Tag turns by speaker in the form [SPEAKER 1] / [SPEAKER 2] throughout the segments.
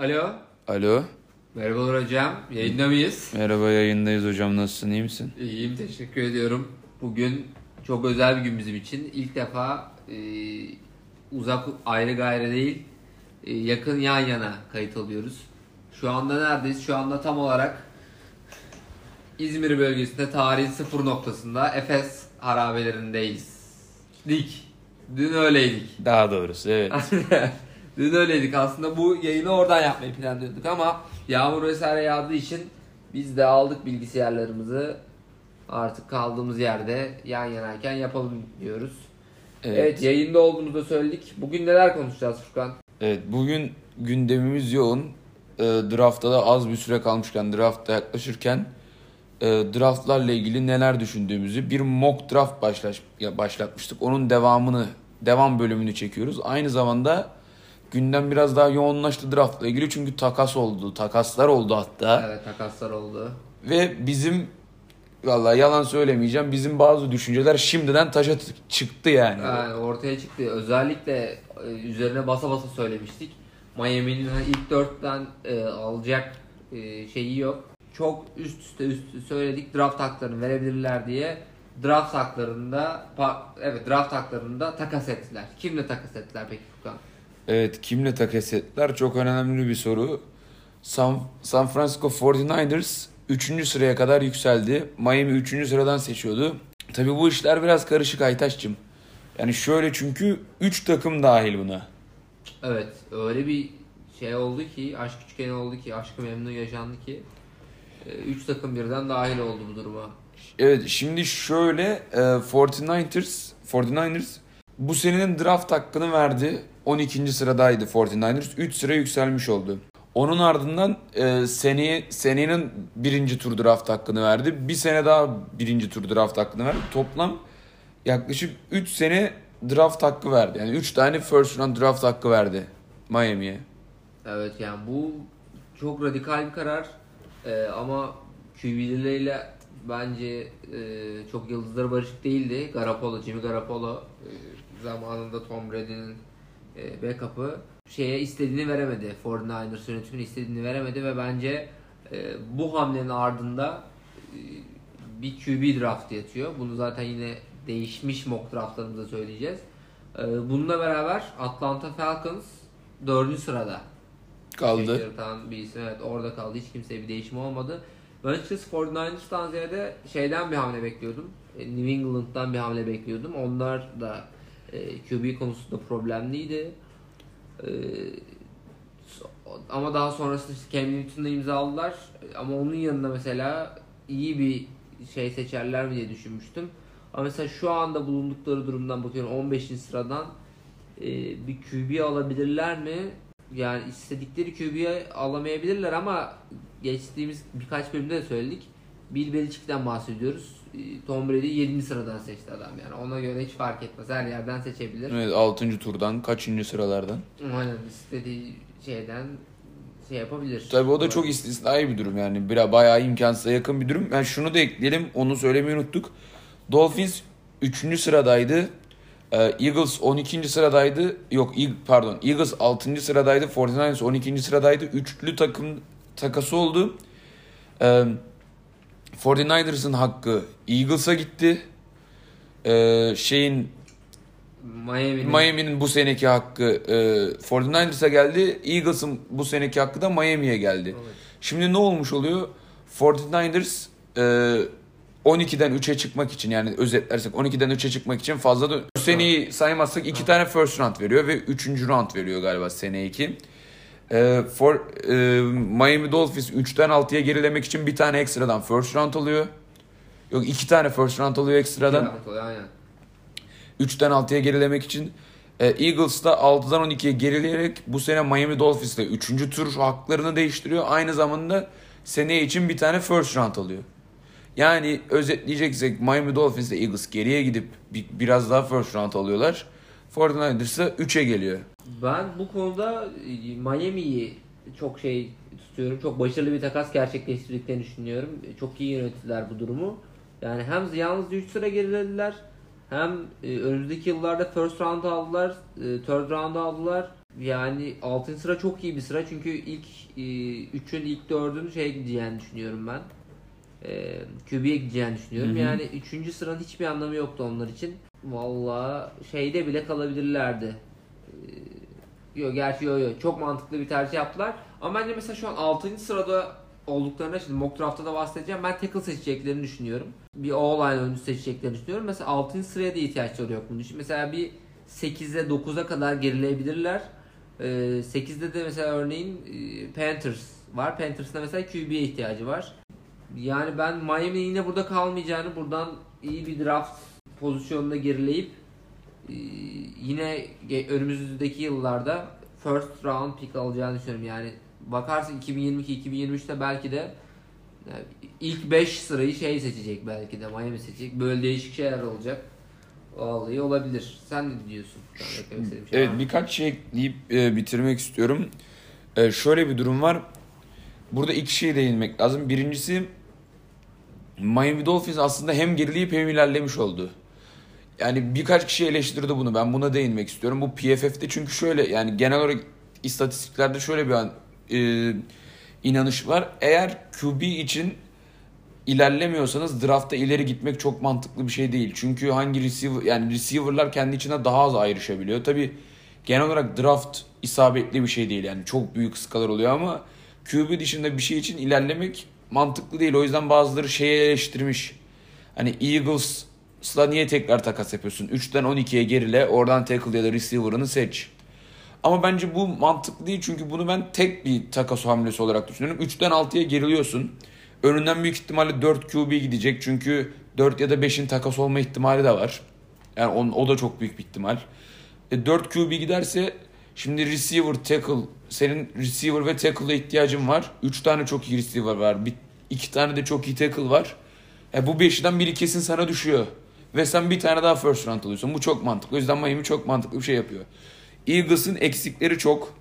[SPEAKER 1] Alo.
[SPEAKER 2] Alo.
[SPEAKER 1] Merhabalar hocam. Yayında mıyız?
[SPEAKER 2] Merhaba, yayındayız hocam. Nasılsın, iyi misin?
[SPEAKER 1] İyiyim, teşekkür ediyorum. Bugün çok özel bir gün bizim için. İlk defa uzak ayrı gayrı değil, yakın yan yana kayıt alıyoruz. Şu anda neredeyiz? Şu anda tam olarak İzmir bölgesinde tarihin sıfır noktasında Efes harabelerindeyiz. Dün öyleydik.
[SPEAKER 2] Daha doğrusu evet.
[SPEAKER 1] Dün öyleydik. Aslında bu yayını oradan yapmayı planlıyorduk ama yağmur vesaire yağdığı için biz de aldık bilgisayarlarımızı, artık kaldığımız yerde yan yanayken yapalım diyoruz. Evet, yayında olduğumuzu da söyledik. Bugün neler konuşacağız Furkan?
[SPEAKER 2] Evet, bugün gündemimiz yoğun. Draft'ta da az bir süre kalmışken, draft'ta yaklaşırken draftlarla ilgili neler düşündüğümüzü bir mock draft başlatmıştık. Onun devam bölümünü çekiyoruz. Aynı zamanda gündem biraz daha yoğunlaştı draft'la ilgili çünkü takaslar oldu hatta.
[SPEAKER 1] Evet, takaslar oldu.
[SPEAKER 2] Ve vallahi yalan söylemeyeceğim, bizim bazı düşünceler şimdiden taşa çıktı yani.
[SPEAKER 1] Yani ortaya çıktı. Özellikle üzerine basa basa söylemiştik. Miami'nin ilk dörtten alacak şeyi yok. Çok üst üste söyledik, draft haklarını verebilirler diye. Draft haklarında takas ettiler. Kimle takas ettiler peki Furkan?
[SPEAKER 2] Evet, kimle takas ettiler? Çok önemli bir soru. San Francisco 49ers 3. sıraya kadar yükseldi. Miami 3. sıradan seçiyordu. Tabii bu işler biraz karışık Aytaç'cığım. Yani şöyle, çünkü 3 takım dahil buna.
[SPEAKER 1] Evet, öyle bir şey oldu ki, aşk üçgeni oldu ki, aşkı memnun yaşandı ki 3 takım birden dahil oldu bu duruma.
[SPEAKER 2] Evet, şimdi şöyle 49ers bu senenin draft hakkını verdi. 12. sıradaydı 49ers. 3 sıra yükselmiş oldu. Onun ardından senenin 1. tur draft hakkını verdi. Bir sene daha 1. tur draft hakkını verdi. Toplam yaklaşık 3 sene draft hakkı verdi. Yani 3 tane first round draft hakkı verdi Miami'ye.
[SPEAKER 1] Evet, yani bu çok radikal bir karar. Ama QB'leriyle bence çok yıldızları barışık değildi. Jimmy Garoppolo zamanında Tom Brady'nin backup'ı istediğini veremedi. 49ers yönetiminin istediğini veremedi ve bence bu hamlenin ardında bir QB draftı yatıyor. Bunu zaten yine değişmiş mock draftlarımızda söyleyeceğiz. Bununla beraber Atlanta Falcons 4. sırada
[SPEAKER 2] Kaldı.
[SPEAKER 1] bir isim. Evet, orada kaldı. Hiç kimseye bir değişim olmadı. Ben açıkçası 49ers'tan ziyade bir hamle bekliyordum. New England'dan bir hamle bekliyordum. Onlar da QB konusunda problemliydi. Ama daha sonrasında Cam Newton'la imzaladılar. Ama onun yanında mesela iyi bir seçerler mi diye düşünmüştüm. Ama mesela şu anda bulundukları durumdan bakıyorum, 15. sıradan bir QB alabilirler mi? Yani istedikleri QB'yi alamayabilirler ama geçtiğimiz birkaç bölümde de söyledik. Bill Belichick'ten bahsediyoruz. Tom Brady 7. sıradan seçti adam yani. Ona göre hiç fark etmez. Her yerden seçebilir.
[SPEAKER 2] Evet, 6. turdan, kaçıncı sıralardan.
[SPEAKER 1] Aynen, istediği şeyden yapabilir.
[SPEAKER 2] Tabii o da çok istisnai bir durum yani. Bayağı imkansıza yakın bir durum. Yani şunu da ekleyelim, onu söylemeyi unuttuk. Dolphins 3. sıradaydı. Eagles 12. sıradaydı. Eagles 6. sıradaydı. 49ers 12. sıradaydı. Üçlü takım takası oldu. 49ers'ın hakkı Eagles'a gitti. Miami'nin bu seneki hakkı 49ers'a geldi. Eagles'ın bu seneki hakkı da Miami'ye geldi. Evet. Şimdi ne olmuş oluyor? 49ers 12'den 3'e çıkmak için, yani özetlersek 12'den 3'e çıkmak için fazla da bu seneyi saymazsak 2 tane first round veriyor ve 3. round veriyor galiba sene 2. Miami Dolphins 3'ten 6'ya gerilemek için bir tane ekstradan first round alıyor. Yok, 2 tane first round alıyor ekstradan. 3'ten 6'ya gerilemek için. Eagles da 6'dan 12'ye gerileyerek bu sene Miami Dolphins'le 3. tur haklarını değiştiriyor. Aynı zamanda seneye için bir tane first round alıyor. Yani özetleyeceksek Miami Dolphins ile Eagles geriye gidip biraz daha first round alıyorlar. 49ers'a 3'e geliyor.
[SPEAKER 1] Ben bu konuda Miami'yi çok tutuyorum. Çok başarılı bir takas gerçekleştirdiklerini düşünüyorum. Çok iyi yönettiler bu durumu. Yani hem yalnızca 3 sıra gerilediler, hem önümüzdeki yıllarda first round aldılar, third round aldılar. Yani 6. sıra çok iyi bir sıra çünkü ilk 3'ün ilk 4'ün şeye gideceğini düşünüyorum ben. QB'ye gideceğini düşünüyorum. Yani 3. sıranın hiçbir anlamı yoktu onlar için. Vallahi şeyde bile kalabilirlerdi. Yok gerçi yok. Çok mantıklı bir tercih yaptılar. Ama bence mesela şu an 6. sırada olduklarına şimdi mock draft'ta da bahsedeceğim. Ben tackle seçeceklerini düşünüyorum. Bir O-line oyuncu seçeceklerini düşünüyorum. Mesela 6. sıraya da ihtiyaçları yok bunu düşün. Mesela bir 8'e 9'a kadar gerileyebilirler. 8'de de mesela örneğin Panthers var. Panthers'da mesela QB'ye ihtiyacı var. Yani ben Miami'nin yine burada kalmayacağını, buradan iyi bir draft pozisyonunda gerileyip yine önümüzdeki yıllarda first round pick alacağını düşünüyorum. Yani bakarsın 2022-2023'te belki de yani ilk 5 sırayı şey seçecek, belki de Miami seçecek. Böyle değişik şeyler olacak. Vallahi olabilir. Sen ne diyorsun?
[SPEAKER 2] Evet, birkaç şey ekleyip bitirmek istiyorum. Şöyle bir durum var. Burada iki şeye değinmek lazım. Birincisi, Miami Dolphins aslında hem gerileyip hem ilerlemiş oldu. Yani birkaç kişi eleştirdi bunu. Ben buna değinmek istiyorum. Bu PFF'de çünkü şöyle, yani genel olarak istatistiklerde şöyle bir inanış var. Eğer QB için ilerlemiyorsanız draftta ileri gitmek çok mantıklı bir şey değil. Çünkü hangi receiver, yani receiver'lar kendi içinde daha az ayrışabiliyor. Tabii genel olarak draft isabetli bir şey değil. Yani çok büyük skalar oluyor ama QB dışında bir şey için ilerlemek mantıklı değil. O yüzden bazıları şeye eleştirmiş. Hani Eagles'la niye tekrar takas yapıyorsun? 3'ten 12'ye gerile, oradan tackle ya da receiver'ını seç. Ama bence bu mantıklı değil, çünkü bunu ben tek bir takas hamlesi olarak düşünüyorum. 3'ten 6'ya geriliyorsun. Önünden büyük ihtimalle 4 QB gidecek, çünkü 4 ya da 5'in takas olma ihtimali de var. Yani o da çok büyük bir ihtimal. 4 QB giderse şimdi receiver, tackle, senin receiver ve tackle'a ihtiyacın var. 3 tane çok iyi receiver var. 2 tane de çok iyi tackle var. Bu 5'den biri kesin sana düşüyor. Ve sen bir tane daha first round alıyorsun. Bu çok mantıklı. O yüzden Miami çok mantıklı bir şey yapıyor. Eagles'ın eksikleri çok.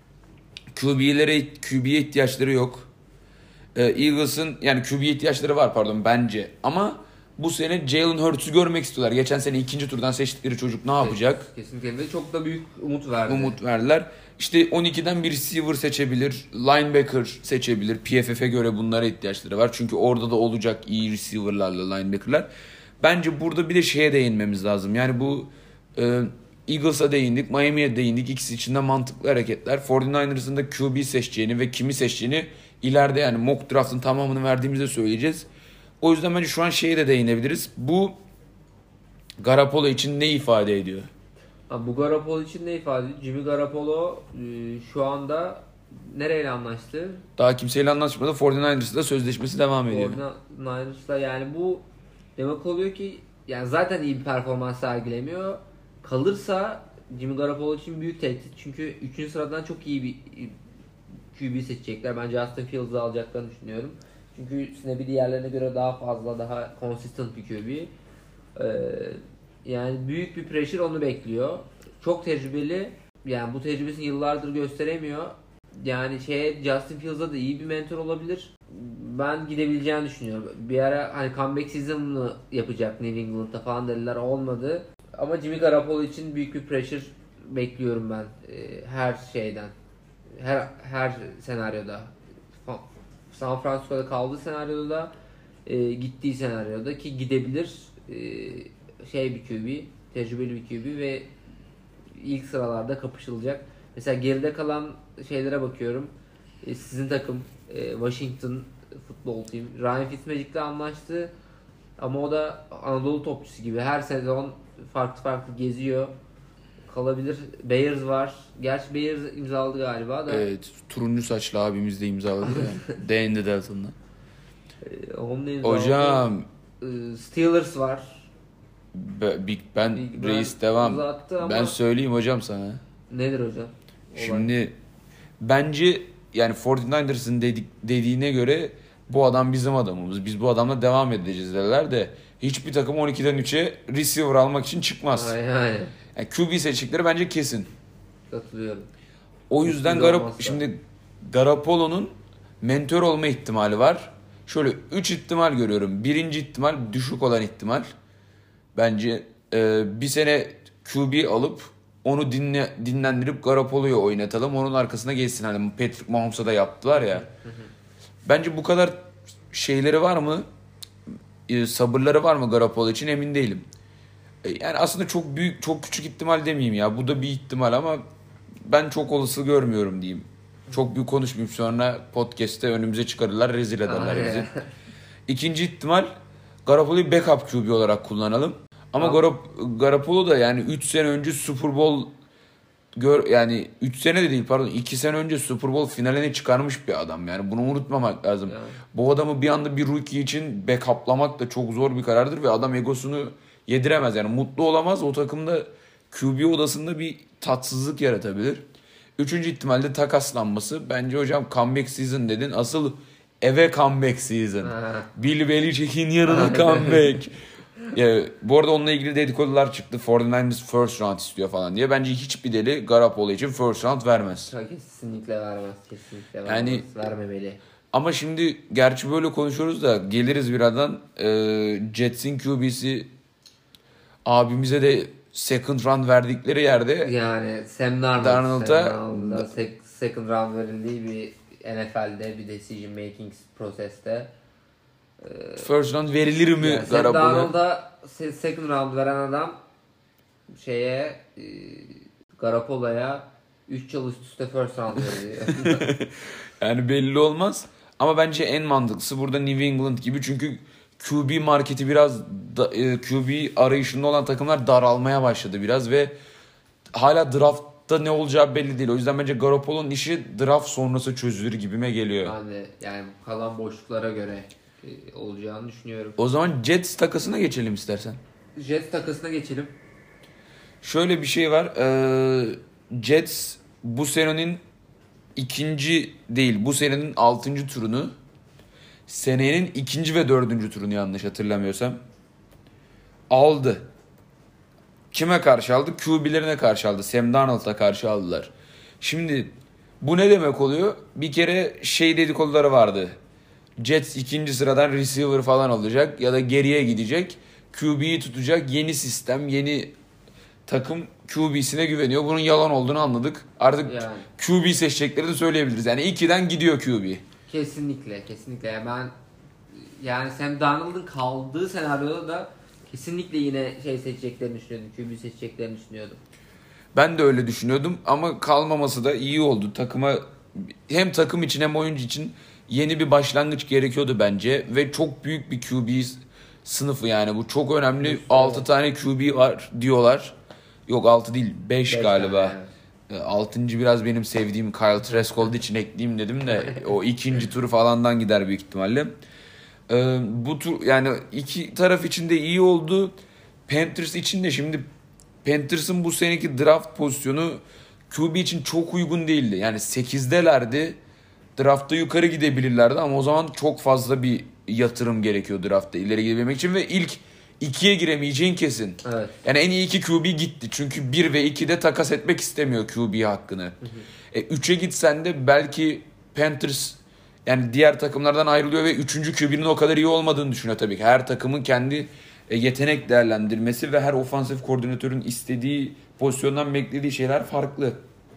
[SPEAKER 2] QB'ye ihtiyaçları yok. Eagles'ın yani QB'ye ihtiyaçları var bence. Ama bu sene Jalen Hurts'u görmek istiyorlar. Geçen sene 2. turdan seçtikleri çocuk ne yapacak?
[SPEAKER 1] Kesinlikle çok da büyük umut
[SPEAKER 2] verdiler. İşte 12'den bir receiver seçebilir, linebacker seçebilir. PFF'e göre bunlara ihtiyaçları var. Çünkü orada da olacak iyi receiver'larla linebacker'lar. Bence burada bir de şeye değinmemiz lazım. Yani bu Eagles'a değindik, Miami'ye değindik. İkisi için de mantıklı hareketler. 49ers'ın da QB seçeceğini ve kimi seçeceğini ileride, yani mock draft'ın tamamını verdiğimizde söyleyeceğiz. O yüzden bence şu an şeye de değinebiliriz. Bu Garoppolo için ne ifade ediyor?
[SPEAKER 1] Bu Garoppolo için ne ifade ediyor? Jimmy Garoppolo şu anda nereyle anlaştı?
[SPEAKER 2] Daha kimseyle anlaşmadı. 49ers'la sözleşmesi devam ediyor.
[SPEAKER 1] 49ers'la, yani bu demek oluyor ki yani zaten iyi bir performans sergilemiyor. Kalırsa Jimmy Garoppolo için büyük tehdit. Çünkü 3. sıradan çok iyi bir QB seçecekler. Ben Justin Fields'ı alacaklarını düşünüyorum. Çünkü snap'i diğerlerine göre daha fazla, daha consistent bir QB. Yani büyük bir pressure onu bekliyor. Çok tecrübeli. Yani bu tecrübesini yıllardır gösteremiyor. Yani Justin Fields'a da iyi bir mentor olabilir. Ben gidebileceğini düşünüyorum. Bir ara hani comeback season'ını yapacak New England'da falan dediler, olmadı. Ama Jimmy Garoppolo için büyük bir pressure bekliyorum ben her şeyden. Her senaryoda. San Francisco'da kaldığı senaryoda da gittiği senaryoda ki gidebilir, bir QB, tecrübeli bir QB ve ilk sıralarda kapışılacak. Mesela geride kalan şeylere bakıyorum. Sizin takım Washington Football Team Ryan Fitzmagic'le anlaştı. Ama o da Anadolu topçusu gibi her sezon farklı geziyor. Kalabilir. Bears var. Gerçi Bears imzaladı galiba da.
[SPEAKER 2] Evet. Turuncu saçlı abimiz de imzaladı ya. Danny Dalton'la.
[SPEAKER 1] Hocam. Steelers var.
[SPEAKER 2] Big Ben reis devam. Ben söyleyeyim hocam sana.
[SPEAKER 1] Nedir hocam?
[SPEAKER 2] Şimdi bence yani 49ers'ın dediğine göre bu adam bizim adamımız. Biz bu adamla devam edeceğiz dediler de hiçbir takım 12'den 3'e receiver almak için çıkmaz.
[SPEAKER 1] Yani
[SPEAKER 2] QB seçecekleri bence kesin.
[SPEAKER 1] Katılıyorum.
[SPEAKER 2] O yüzden şimdi Garoppolo'nun mentor olma ihtimali var. Şöyle 3 ihtimal görüyorum. Birinci ihtimal düşük olan ihtimal. Bence bir sene QB alıp Onu dinlendirip Garoppolo'yu oynatalım. Onun arkasına geçsin. Hani Patrick Mahomes'a da yaptılar ya. Bence bu kadar şeyleri var mı? Sabırları var mı Garoppolo için emin değilim. Yani aslında çok büyük, çok küçük ihtimal demeyeyim ya. Bu da bir ihtimal ama ben çok olası görmüyorum diyeyim. Çok büyük konuşmayayım, sonra podcast'te önümüze çıkarırlar, rezil ederler bizi. İkinci ihtimal, Garoppolo'yu backup QB olarak kullanalım. Ama Garoppolo da yani 3 sene önce Super Bowl yani 3 sene de değil, pardon, 2 sene önce Super Bowl finaline çıkarmış bir adam. Yani bunu unutmamak lazım. Yani. Bu adamı bir anda bir rookie için backup'lamak da çok zor bir karardır ve adam egosunu yediremez. Yani mutlu olamaz. O takımda QB odasında bir tatsızlık yaratabilir. Üçüncü ihtimalle takaslanması. Bence hocam comeback season dedin. Asıl eve comeback season. Bill Belichick'in yanına comeback. Bu arada onunla ilgili dedikodular çıktı. 49ers first round istiyor falan diye. Bence hiçbir deli Garoppolo için first round vermez.
[SPEAKER 1] Kesinlikle vermez. Kesinlikle vermez.
[SPEAKER 2] Yani,
[SPEAKER 1] vermemeli.
[SPEAKER 2] Ama şimdi gerçi böyle konuşuyoruz da geliriz birazdan. Jets'in QB'si abimize de second round verdikleri yerde,
[SPEAKER 1] yani Sam Darnold'a second round verildiği bir NFL'de bir decision making proseste
[SPEAKER 2] first round verilir mi
[SPEAKER 1] yani
[SPEAKER 2] Garoppolo?
[SPEAKER 1] Sam Darnold'a second round veren adam Garoppolo'ya 3 yıl üst üste first round veriyor.
[SPEAKER 2] Yani belli olmaz. Ama bence en mantıklısı burada New England gibi, çünkü QB marketi biraz QB arayışında olan takımlar daralmaya başladı biraz ve hala draftta ne olacağı belli değil. O yüzden bence Garoppolo'nun işi draft sonrası çözülür gibime geliyor.
[SPEAKER 1] Ben de yani kalan boşluklara göre olacağını düşünüyorum.
[SPEAKER 2] O zaman Jets takasına geçelim istersen.
[SPEAKER 1] Jets takasına geçelim.
[SPEAKER 2] Şöyle bir şey var. Jets bu senenin bu senenin 6. turunu, senenin 2. ve 4. turunu yanlış hatırlamıyorsam aldı. Kime karşı aldı? QB'lerine karşı aldı. Sam Darnold'a karşı aldılar. Şimdi bu ne demek oluyor? Bir kere dedikoduları vardı. Jets 2. sıradan receiver falan olacak ya da geriye gidecek. QB'yi tutacak. Yeni sistem, yeni takım QB'sine güveniyor. Bunun yalan olduğunu anladık. Artık yani QB seçeceklerini söyleyebiliriz. Yani 2'den gidiyor QB.
[SPEAKER 1] Kesinlikle. Yani Sam Darnold'un kaldığı senaryoda da kesinlikle yine seçeceklerini düşünüyordum. QB seçeceklerini düşünüyordum.
[SPEAKER 2] Ben de öyle düşünüyordum ama kalmaması da iyi oldu. Hem takım için hem oyuncu için yeni bir başlangıç gerekiyordu bence ve çok büyük bir QB sınıfı, yani bu çok önemli. 6 tane QB var diyorlar. Yok 6 değil, 5 galiba. Evet. 6. biraz benim sevdiğim Kyle Trask olduğu için ekleyeyim dedim de o 2. turu falandan gider büyük ihtimalle. Bu tur yani iki taraf için de iyi oldu. Panthers için de, şimdi Panthers'ın bu seneki draft pozisyonu QB için çok uygun değildi. Yani 8'delerdi. Draftta yukarı gidebilirlerdi ama o zaman çok fazla bir yatırım gerekiyor draftta ileri gidebilmek için ve ilk 2'ye giremeyeceğin kesin.
[SPEAKER 1] Evet.
[SPEAKER 2] Yani en iyi 2 QB gitti. Çünkü 1 ve 2'de takas etmek istemiyor QB hakkını. 3'e gitsen de belki Panthers yani diğer takımlardan ayrılıyor ve 3. QB'nin o kadar iyi olmadığını düşünüyor tabii ki. Her takımın kendi yetenek değerlendirmesi ve her ofansif koordinatörün istediği pozisyondan beklediği şeyler farklı.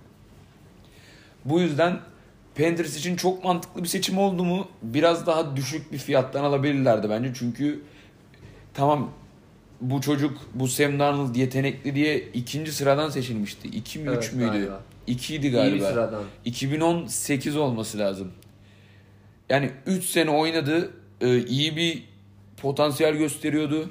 [SPEAKER 2] Bu yüzden Panthers için çok mantıklı bir seçim oldu mu? Biraz daha düşük bir fiyattan alabilirlerdi bence. Çünkü tamam, bu çocuk, bu Sam Darnold yetenekli diye 2. sıradan seçilmişti. 2 mi 3 müydü? 2 idi galiba.
[SPEAKER 1] İyi bir sıradan.
[SPEAKER 2] 2018 olması lazım. Yani 3 sene oynadı. İyi bir potansiyel gösteriyordu.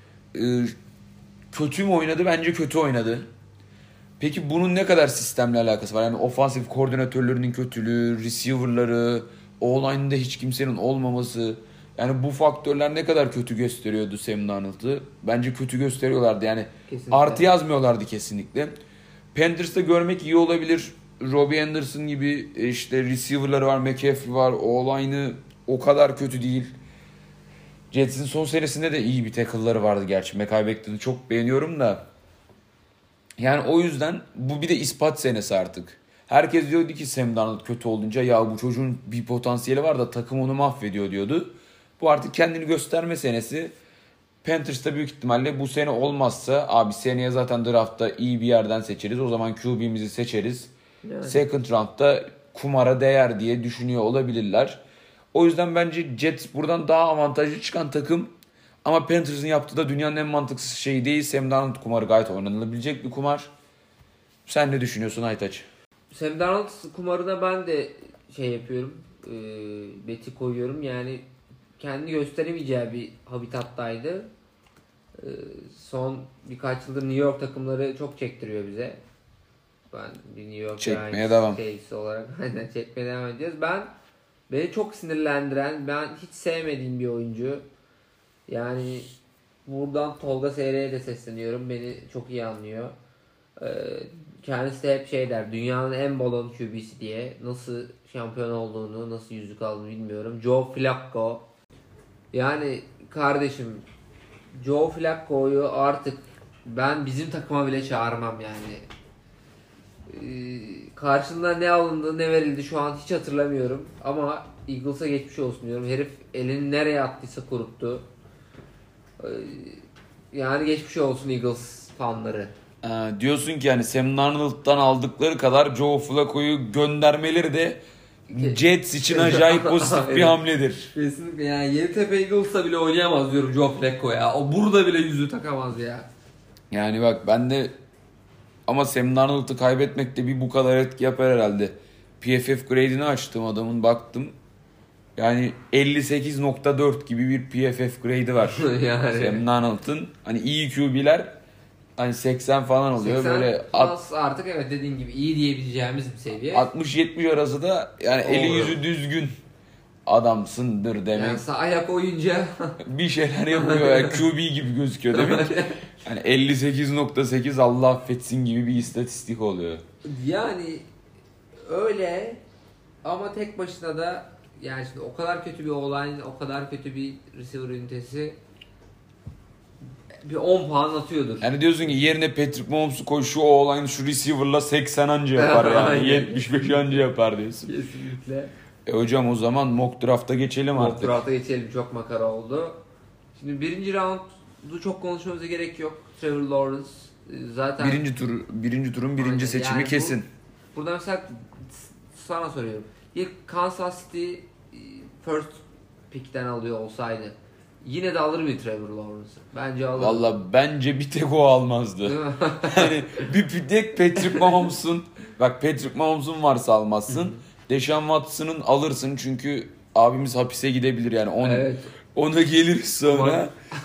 [SPEAKER 2] Kötü mü oynadı? Bence kötü oynadı. Peki bunun ne kadar sistemle alakası var? Yani ofansif koordinatörlerinin kötülüğü, receiver'ları, O-line'da hiç kimsenin olmaması. Yani bu faktörler ne kadar kötü gösteriyordu Sam Darnold'u? Bence kötü gösteriyorlardı. Yani kesinlikle. Artı yazmıyorlardı kesinlikle. Panthers'ta görmek iyi olabilir. Robbie Anderson gibi işte receiver'ları var, McCaffrey var. O-line'ı o kadar kötü değil. Jets'in son senesinde de iyi bir tackle'ları vardı gerçi. Mekay Becton'u çok beğeniyorum da. Yani o yüzden bu bir de ispat senesi artık. Herkes diyordu ki Sam Darnold kötü olunca ya bu çocuğun bir potansiyeli var da takım onu mahvediyor diyordu. Bu artık kendini gösterme senesi. Panthers'ta büyük ihtimalle bu sene olmazsa abi seneye zaten draftta iyi bir yerden seçeriz. O zaman QB'mizi seçeriz.
[SPEAKER 1] Yani.
[SPEAKER 2] Second round'da kumara değer diye düşünüyor olabilirler. O yüzden bence Jets buradan daha avantajlı çıkan takım. Ama Panthers'ın yaptığı da dünyanın en mantıksız şeyi değil. Sam Darnold kumarı gayet oynanılabilecek bir kumar. Sen ne düşünüyorsun Aytaç?
[SPEAKER 1] Sam Darnold kumarına ben de şey yapıyorum. Beti koyuyorum. Yani kendini gösteremeyeceği bir habitattaydı. Son birkaç yıldır New York takımları çok çektiriyor bize. Ben bir New York
[SPEAKER 2] Çekmeye
[SPEAKER 1] Giants
[SPEAKER 2] devam.
[SPEAKER 1] seyircisi olarak aynen çekmeye devam edeceğiz. Beni çok sinirlendiren, ben hiç sevmediğim bir oyuncu. Yani buradan Tolga Seyrek'e de sesleniyorum. Beni çok iyi anlıyor. Kendisi de hep şey der. Dünyanın en balon QB'si diye. Nasıl şampiyon olduğunu, nasıl yüzük aldığını bilmiyorum. Joe Flacco. Yani kardeşim Joe Flacco'yu artık ben bizim takıma bile çağırmam yani. Karşılığında ne alındı ne verildi şu an hiç hatırlamıyorum. Ama Eagles'a geçmiş olsun diyorum. Herif elini nereye attıysa kuruttu. Yani geçmiş olsun Eagles fanları.
[SPEAKER 2] Diyorsun ki yani Sam Darnold'dan aldıkları kadar Joe Flacco'yu göndermeleri de Jets için acayip pozitif bir
[SPEAKER 1] Evet.
[SPEAKER 2] hamledir.
[SPEAKER 1] Kesinlikle yani Yeditepe Eagles'ta bile oynayamaz diyorum Joe Flacco ya. O burada bile yüzüğü takamaz ya.
[SPEAKER 2] Yani bak ben de ama Sam Darnold'u kaybetmek de bir bu kadar etki yapar herhalde. PFF grade'ini açtım adamın baktım. Yani 58.4 gibi bir PFF grade'i var.
[SPEAKER 1] Yani.
[SPEAKER 2] Sam Darnold'un hani iyi QB'ler hani 80 falan oluyor.
[SPEAKER 1] 80
[SPEAKER 2] Böyle
[SPEAKER 1] plus artık evet dediğin gibi iyi diyebileceğimiz bir seviye.
[SPEAKER 2] 60-70 arası da yani eli
[SPEAKER 1] Doğru.
[SPEAKER 2] yüzü düzgün adamsındır demek.
[SPEAKER 1] Yani sağ ayak oyunca
[SPEAKER 2] Bir şeyler yapıyor. Yani QB gibi gözüküyor demek. Hani 58.8 Allah affetsin gibi bir istatistik oluyor.
[SPEAKER 1] yani öyle ama tek başına da yani şimdi o kadar kötü bir O-line, o kadar kötü bir receiver ünitesi bir 10 puan atıyordur.
[SPEAKER 2] Yani diyorsun ki yerine Patrick Mahomes'u koy şu olayın şu receiver'la 80 anca yapar yani.
[SPEAKER 1] Aynen.
[SPEAKER 2] 75 anca yapar diyorsun.
[SPEAKER 1] Kesinlikle.
[SPEAKER 2] Hocam o zaman mock draft'a geçelim
[SPEAKER 1] Mock
[SPEAKER 2] artık.
[SPEAKER 1] draft'a geçelim, çok makara oldu. Şimdi birinci roundu çok konuşmamıza gerek yok. Trevor Lawrence zaten
[SPEAKER 2] Birinci turun birinci
[SPEAKER 1] Aynen.
[SPEAKER 2] seçimi
[SPEAKER 1] Yani
[SPEAKER 2] kesin.
[SPEAKER 1] burada mesela sana soruyorum. İlk Kansas City first pick'ten alıyor olsaydı yine de alır mı Trevor Lawrence'ı? Bence alır.
[SPEAKER 2] Valla bence bir tek o almazdı.
[SPEAKER 1] Değil mi?
[SPEAKER 2] Yani bir tek Patrick Mahomes'un bak Patrick Mahomes'un varsa almazsın. Deshaun Watson'ın alırsın çünkü abimiz hapise gidebilir yani.
[SPEAKER 1] Evet.
[SPEAKER 2] Ona geliriz sonra.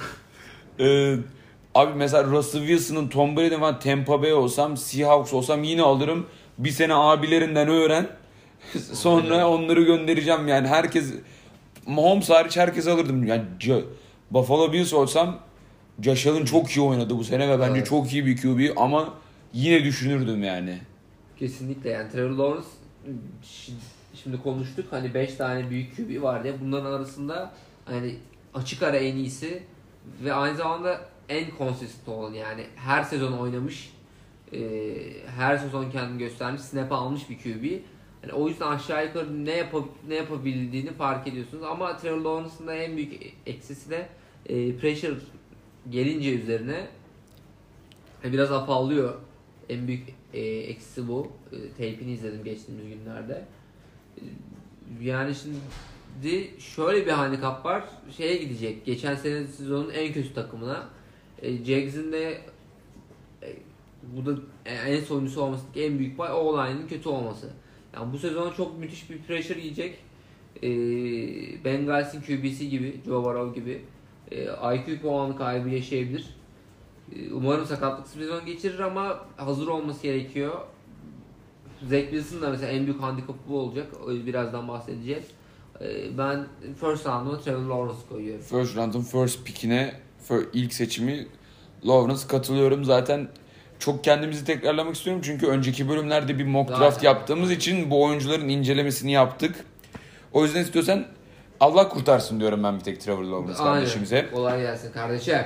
[SPEAKER 2] Abi mesela Russell Wilson'ın Tom Brady'den ben Tampa Bay olsam, Seahawks olsam yine alırım. Bir sene abilerinden öğren. Sonra onları göndereceğim yani herkes Mahomes hariç herkes alırdım. Yani Buffalo Bills olsam Josh Allen çok iyi oynadı bu sene ve bence
[SPEAKER 1] Evet.
[SPEAKER 2] çok iyi bir QB ama yine düşünürdüm yani.
[SPEAKER 1] Kesinlikle yani Trevor Lawrence şimdi konuştuk hani 5 tane büyük QB var diye bunların arasında hani açık ara en iyisi ve aynı zamanda en consistent olan yani her sezon oynamış her sezon kendini göstermiş snap almış bir QB. Yani o yüzden aşağı yukarı ne yapabildiğini fark ediyorsunuz ama Trevor Lawrence'ın da en büyük eksisi de pressure gelince üzerine biraz afallıyor. En büyük eksisi bu. Tape'ini izledim geçtiğimiz günlerde. Yani şimdi şöyle bir handikap var. Şeye gidecek. Geçen sene sezonun en kötü takımına. Jags'in de bu da en sonuncusu olmasındaki en büyük pay O-line'ın kötü olması. Yani bu sezon çok müthiş bir pressure yiyecek. Bengals'in QB'si gibi, Joe Burrow gibi IQ puanı kaybı yaşayabilir. Umarım sakatlıksız bir sezon geçirir ama hazır olması gerekiyor. Zach Wilson'ın da mesela en büyük handikapı bu olacak. Birazdan bahsedeceğiz. Ben first round'uma Trevor Lawrence koyuyorum.
[SPEAKER 2] First round'un first pick'ine ilk seçimi Lawrence katılıyorum. Zaten çok kendimizi tekrarlamak istiyorum çünkü önceki bölümlerde bir mock draft
[SPEAKER 1] Zaten.
[SPEAKER 2] yaptığımız için bu oyuncuların incelemesini yaptık. O yüzden istiyorsan Allah kurtarsın diyorum ben bir tek Trevor Lawrence kardeşimize.
[SPEAKER 1] Aynen. Kolay gelsin kardeşim.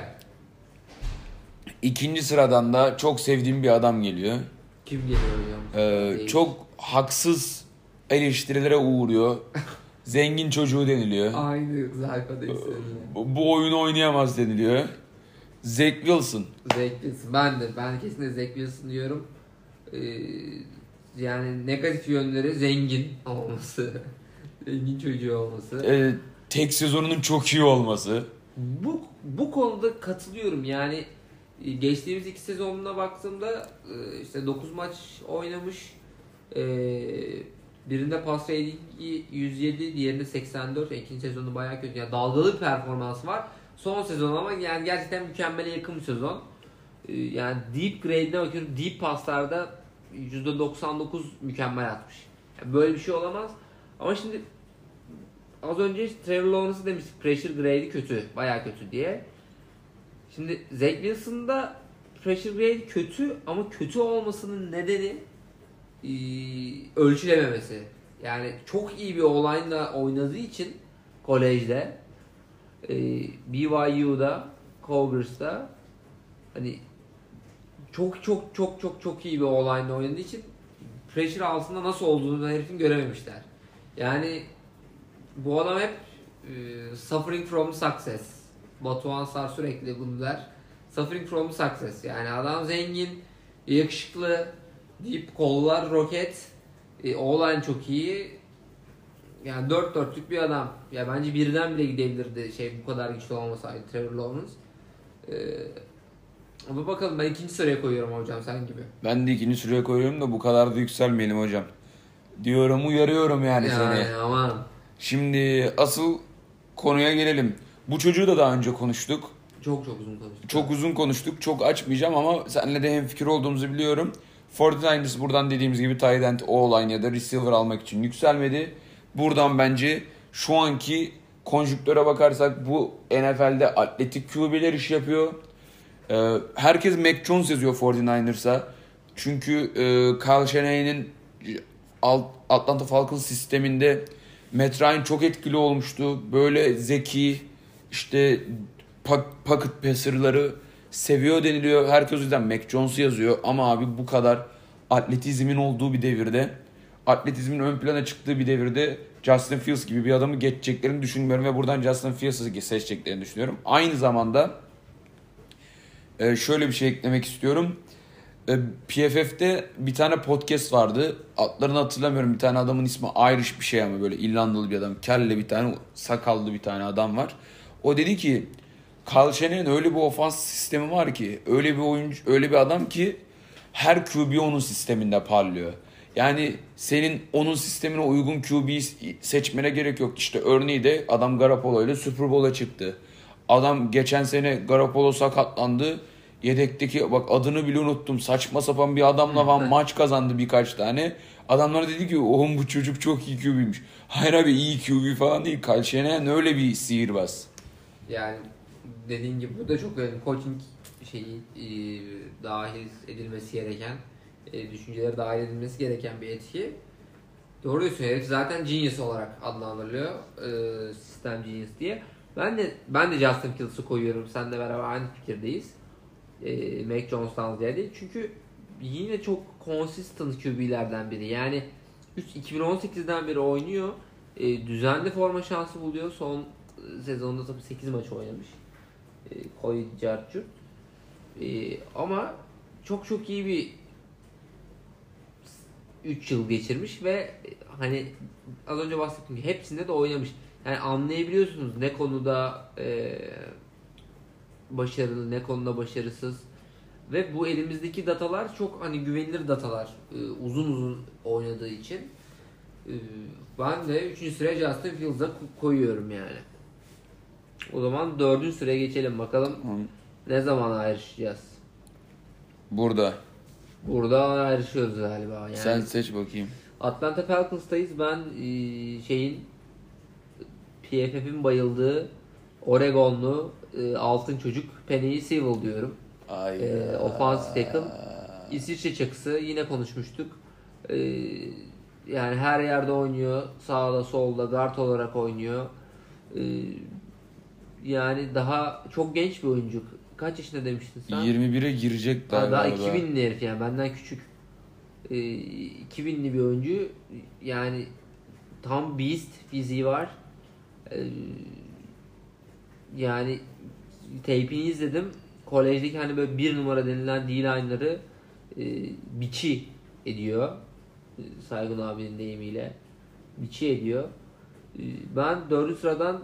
[SPEAKER 2] İkinci sıradan da çok sevdiğim bir adam geliyor.
[SPEAKER 1] Kim geliyor hocam?
[SPEAKER 2] Çok haksız eleştirilere uğruyor. zengin çocuğu deniliyor.
[SPEAKER 1] Aynı Zarko'da
[SPEAKER 2] Bu oyunu oynayamaz deniliyor. Zach Wilson.
[SPEAKER 1] Zach Wilson. Ben kesinlikle Zach Wilson diyorum. Yani negatif yönleri zengin olması. Zengin çocuğu olması.
[SPEAKER 2] Tek sezonunun çok iyi olması.
[SPEAKER 1] Bu konuda katılıyorum. Yani geçtiğimiz 2 sezonuna baktığımda işte 9 maç oynamış. Birinde pas ratingi 107, diğerinde 84. İkinci sezonu bayağı kötü. Yani dalgalı bir performans var. Son sezon ama yani gerçekten mükemmele yakın bir sezon. Yani deep grade'ine bakıyorum. Deep paslarda %99 mükemmel atmış. Yani böyle bir şey olamaz. Ama şimdi az önce Trevor Lawrence'ı demiştik. Pressure grade'i kötü. Bayağı kötü diye. Şimdi Zach Wilson'da pressure grade kötü ama kötü olmasının nedeni ölçülememesi. Yani çok iyi bir online'da oynadığı için kolejde BYU'da, Cougars''da hani çok iyi bir online'da oynadığı için pressure altında nasıl olduğunu herifin görememişler. Yani bu adam hep suffering from success. Batuhan Sar sürekli bunu der. Suffering from success. Yani adam zengin, yakışıklı, deep kollar, roket, online çok iyi. Yani dört dörtlük bir adam. Ya bence birden bile gidebilirdi bu kadar güçlü olmasaydı Trevor Lawrence. Ama bakalım, ben ikinci sıraya koyuyorum hocam sen gibi.
[SPEAKER 2] Ben de ikinci sıraya koyuyorum da bu kadar da yükselmeyelim hocam. Diyorum, uyarıyorum yani seni.
[SPEAKER 1] Aman.
[SPEAKER 2] Şimdi asıl konuya gelelim. Bu çocuğu da daha önce konuştuk.
[SPEAKER 1] Çok uzun konuştuk.
[SPEAKER 2] Çok uzun konuştuk. Çok açmayacağım ama seninle de hemfikir olduğumuzu biliyorum. 49ers buradan dediğimiz gibi tight end, O-line ya da receiver almak için yükselmedi. Buradan bence şu anki konjüktöre bakarsak bu NFL'de atletik QB'ler iş yapıyor. Herkes Mac Jones yazıyor 49ers'a. Çünkü Kyle Shanahan'in Atlanta Falcons sisteminde Matt Ryan çok etkili olmuştu. Böyle zeki, işte pocket passer'ları seviyor deniliyor. Herkes o yüzden Mac Jones'u yazıyor. Ama abi bu kadar atletizmin olduğu bir devirde, atletizmin ön plana çıktığı bir devirde Justin Fields gibi bir adamı geçeceklerini düşünmüyorum ve buradan Justin Fields'ı seçeceklerini düşünüyorum. Aynı zamanda şöyle bir şey eklemek istiyorum. PFF'de bir tane podcast vardı. Adlarını hatırlamıyorum. Bir tane adamın ismi Irish bir şey ama böyle İrlandalı bir adam. Kelle bir tane, sakallı bir tane adam var. O dedi ki Kyle Shanahan'ın öyle bir ofans sistemi var ki, öyle bir oyuncu, öyle bir adam ki her QB onun sisteminde parlıyor. Yani senin onun sistemine uygun QB'yi seçmene gerek yok. İşte örneği de adam Garoppolo ile Super Bowl'a çıktı. Adam geçen sene Garoppolo sakatlandı. Yedekteki bak adını bile unuttum. Saçma sapan bir adamla falan maç kazandı birkaç tane. Adamlar dedi ki oğlum bu çocuk çok iyi QB'ymiş. Hayır abi, iyi QB falan değil. Kyle Shanahan öyle bir sihirbaz.
[SPEAKER 1] Yani dediğin gibi bu da çok önemli. Coaching dahil edilmesi gereken, düşünceleri dahil edilmesi gereken bir etki. Doğru diyorsun. Herif zaten genius olarak adlandırılıyor. Sistem genius diye. Ben de Justin Fields'ı koyuyorum. Seninle beraber aynı fikirdeyiz. Mac Jones'tan ziyade. Çünkü yine çok consistent QB'lerden biri. Yani 2018'den beri oynuyor. Düzenli forma şansı buluyor. Son sezonda tabii 8 maç oynamış. Koy Carchur. Ama çok iyi bir 3 yıl geçirmiş ve hani az önce bahsettiğim gibi hepsinde de oynamış. Yani anlayabiliyorsunuz ne konuda başarılı, ne konuda başarısız. Ve bu elimizdeki datalar çok hani güvenilir datalar. Uzun oynadığı için. Ben de 3. sıraya Justin Fields'a koyuyorum yani. O zaman 4. sıraya geçelim bakalım. Ne zaman ayrışacağız? Burada ayrışıyoruz galiba. Yani
[SPEAKER 2] sen seç bakayım.
[SPEAKER 1] Atlanta Falcons'tayız. Ben PFF'in bayıldığı Oregonlu altın çocuk Penny Sewell diyorum. Offensive tackle. İsviçre çakısı, yine konuşmuştuk. Yani her yerde oynuyor. Sağda solda guard olarak oynuyor. Yani daha çok genç bir oyuncu. Kaç yaşında demiştin sen?
[SPEAKER 2] 21'e girecek daha.
[SPEAKER 1] Daha 2000'li herif yani benden küçük. 2000'li bir oyuncu. Yani tam beast fiziği var. Yani tape'ini izledim. Kolejdeki hani böyle bir numara denilen D-line'ları biçi ediyor. Saygun abinin deyimiyle. Biçi ediyor. Ben 4. sıradan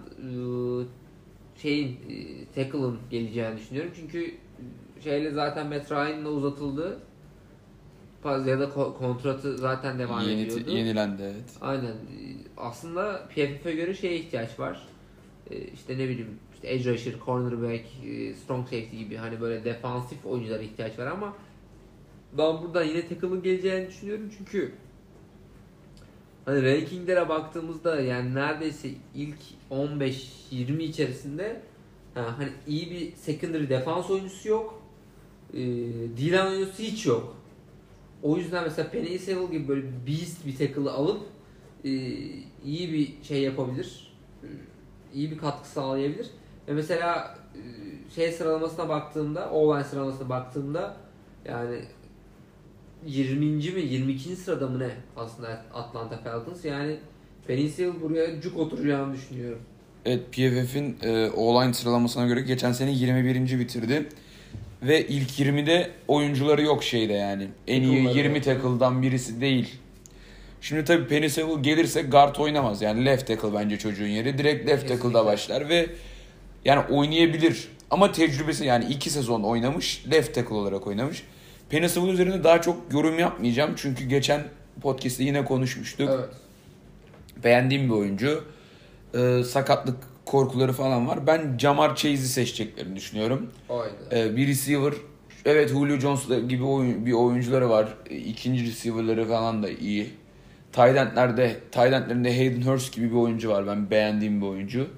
[SPEAKER 1] tackle'ın geleceğini düşünüyorum. Çünkü şeyle zaten Matt Ryan'la uzatıldı. Ya da kontratı zaten devam ediyordu.
[SPEAKER 2] Yenilendi, evet.
[SPEAKER 1] Aynen. Aslında PFF'e göre şeye ihtiyaç var. İşte ne bileyim, işte edge rusher, cornerback, strong safety gibi hani böyle defansif oyunculara ihtiyaç var ama ben buradan yine tackle'ın geleceğini düşünüyorum çünkü hani rankinglere baktığımızda yani neredeyse ilk 15-20 içerisinde hani iyi bir secondary defans oyuncusu yok. D-line oyuncusu hiç yok. O yüzden mesela Penny Sewell gibi böyle beast bir tackle'ı alıp iyi bir şey yapabilir. İyi bir katkı sağlayabilir. Ve mesela sıralamasına baktığımda, O-line sıralamasına baktığımda yani 20. mi 22. sırada mı ne aslında Atlanta Falcons, yani Penny Sewell buraya cuk oturacağını düşünüyorum.
[SPEAKER 2] Evet, PFF'in O-line sıralamasına göre geçen sene 21. bitirdi. Ve ilk 20'de oyuncuları yok şeyde yani. En iyi 20 tackle'dan birisi değil. Şimdi tabii Penny Sewell gelirse guard oynamaz. Yani left tackle bence çocuğun yeri. Direkt left tackle'da başlar ve yani oynayabilir. Ama tecrübesi, yani 2 sezon oynamış. Left tackle olarak oynamış. Penny Sewell üzerinde daha çok yorum yapmayacağım. Çünkü geçen podcast'te yine konuşmuştuk.
[SPEAKER 1] Evet.
[SPEAKER 2] Beğendiğim bir oyuncu. Sakatlık korkuları falan var. Ben Ja'Marr Chase'i seçeceklerini düşünüyorum. Bir receiver. Evet, Julio Jones gibi bir oyuncuları var. İkinci receiver'ları falan da iyi. Tight end'lerinde Hayden Hurst gibi bir oyuncu var. Ben beğendiğim bir oyuncu.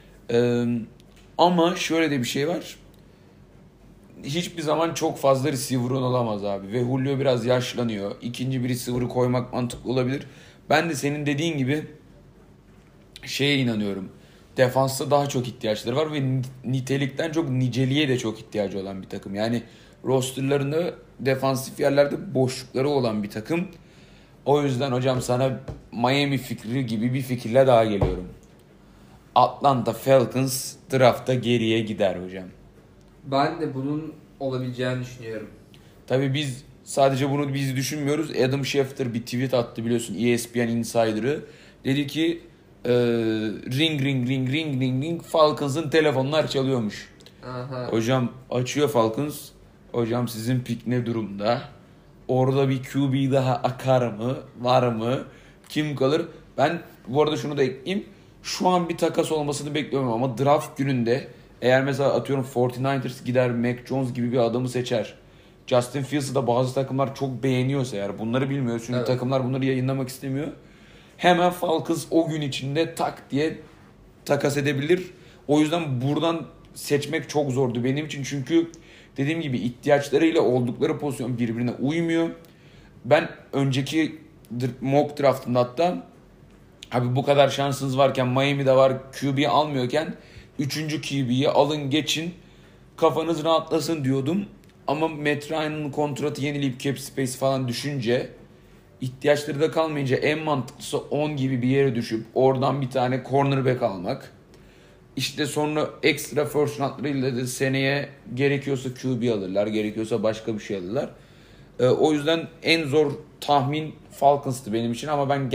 [SPEAKER 2] Ama şöyle de bir şey var. Hiçbir zaman çok fazla receiver'ın olamaz abi. Ve Julio biraz yaşlanıyor. İkinci bir receiver'ı koymak mantıklı olabilir. Ben de senin dediğin gibi şeye inanıyorum. Defansta daha çok ihtiyaçları var ve nitelikten çok niceliğe de çok ihtiyacı olan bir takım. Yani rosterlarında defansif yerlerde boşlukları olan bir takım. O yüzden hocam sana Miami fikri gibi bir fikirle daha geliyorum. Atlanta Falcons draftta geriye gider hocam.
[SPEAKER 1] Ben de bunun olabileceğini düşünüyorum.
[SPEAKER 2] Tabii biz sadece bunu düşünmüyoruz. Adam Schefter bir tweet attı, biliyorsun, ESPN Insider'ı. Dedi ki ring ring ring ring ring ring Falcons'ın telefonlar çalıyormuş.
[SPEAKER 1] Aha.
[SPEAKER 2] Hocam açıyor Falcons. Hocam sizin pik ne durumda? Orada bir QB daha akar mı? Var mı? Kim kalır? Ben bu arada şunu da ekleyeyim. Şu an bir takas olmasını bekliyorum ama draft gününde eğer mesela atıyorum 49ers gider Mac Jones gibi bir adamı seçer. Justin Fields'ı da bazı takımlar çok beğeniyorsa, eğer bunları bilmiyoruz çünkü takımlar bunları yayınlamak istemiyor. Hemen Falcons o gün içinde tak diye takas edebilir. O yüzden buradan seçmek çok zordu benim için. Çünkü dediğim gibi ihtiyaçlarıyla oldukları pozisyon birbirine uymuyor. Ben önceki mock draftımda hatta abi bu kadar şansınız varken, Miami'de var, QB almıyorken 3. QB'yi alın geçin, kafanız rahatlasın diyordum. Ama Matt Ryan'ın kontratı yenileyip cap space falan düşünce, ihtiyaçları da kalmayınca en mantıklısı 10 gibi bir yere düşüp oradan bir tane cornerback almak. İşte sonra ekstra first roundlarıyla da seneye gerekiyorsa QB alırlar, gerekiyorsa başka bir şey alırlar. O yüzden en zor tahmin Falcons'tı benim için ama ben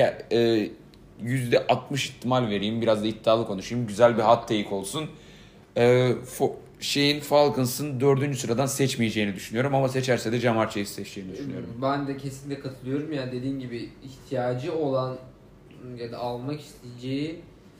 [SPEAKER 2] %60 ihtimal vereyim. Biraz da iddialı konuşayım. Güzel bir hot take olsun. Falcons'ın 4. sıradan seçmeyeceğini düşünüyorum ama seçerse de Ja'Marr Chase seçeceğini düşünüyorum.
[SPEAKER 1] Ben de kesinlikle katılıyorum. Yani dediğin gibi ihtiyacı olan ya da almak isteyeceği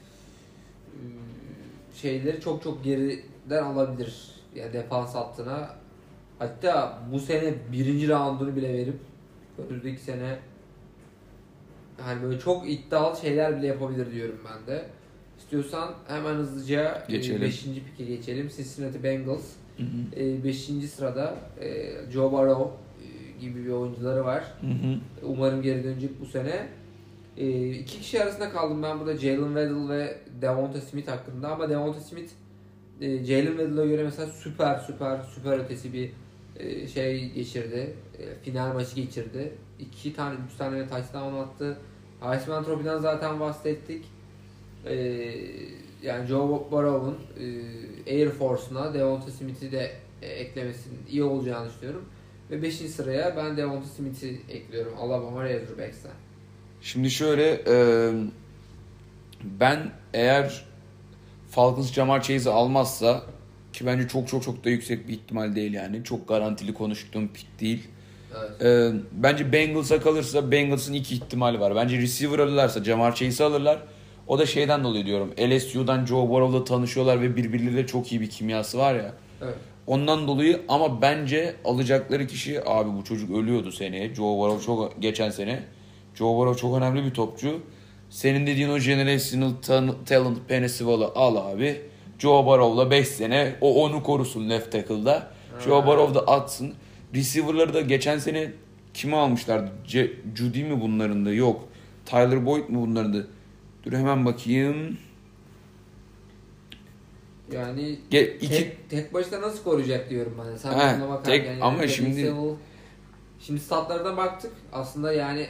[SPEAKER 1] şeyleri çok çok geriden alabilir. Yani defans hattına. Hatta bu sene 1. roundunu bile verip önümüzdeki sene hani böyle çok iddialı şeyler bile yapabilir diyorum ben de. İstiyorsan hemen hızlıca 5. pike geçelim. Cincinnati Bengals. 5. sırada Joe Burrow gibi bir oyuncuları var. Umarım geri dönecek bu sene. 2 kişi arasında kaldım ben burada, Jalen Waddle ve Devonta Smith hakkında, ama Devonta Smith Jalen Waddle'a göre mesela süper ötesi bir şey geçirdi. Final maçı geçirdi. 3 tane touchdown attı. Iceman Trophy'den zaten bahsettik. Yani Joe Burrow'un Air Force'una Devonta Smith'i de eklemesinin iyi olacağını düşünüyorum. Ve 5. sıraya ben Devonta Smith'i ekliyorum Alabama Razorbacks'ten.
[SPEAKER 2] Şimdi şöyle ben eğer Falcons Ja'Marr Chase'i almazsa, ki bence çok çok çok da yüksek bir ihtimal değil yani. Çok garantili konuştuğum pick değil.
[SPEAKER 1] Evet.
[SPEAKER 2] Bence Bengals'a kalırsa Bengals'ın 2 ihtimali var. Bence receiver alırlarsa Ja'Marr Chase'i alırlar. O da şeyden dolayı diyorum. LSU'dan Joe Burrow'la tanışıyorlar ve birbirleriyle çok iyi bir kimyası var ya.
[SPEAKER 1] Evet.
[SPEAKER 2] Ondan dolayı ama bence alacakları kişi, abi bu çocuk ölüyordu seneye. Joe Burrow çok geçen sene. Joe Burrow çok önemli bir topçu. Senin dediğin o generational talent Pennysival'ı al abi. Joe Burrow'la 5 sene o onu korusun left tackle'da. Joe Burrow da atsın. Receiver'ları da geçen sene kimi almışlardı? Judy mi bunların da? Yok. Tyler Boyd mu bunların da? Dur hemen bakayım.
[SPEAKER 1] Yani
[SPEAKER 2] İki...
[SPEAKER 1] tek başına nasıl koruyacak diyorum ben. Sen buna bakarken yani
[SPEAKER 2] ama
[SPEAKER 1] şimdi statlarına baktık. Aslında yani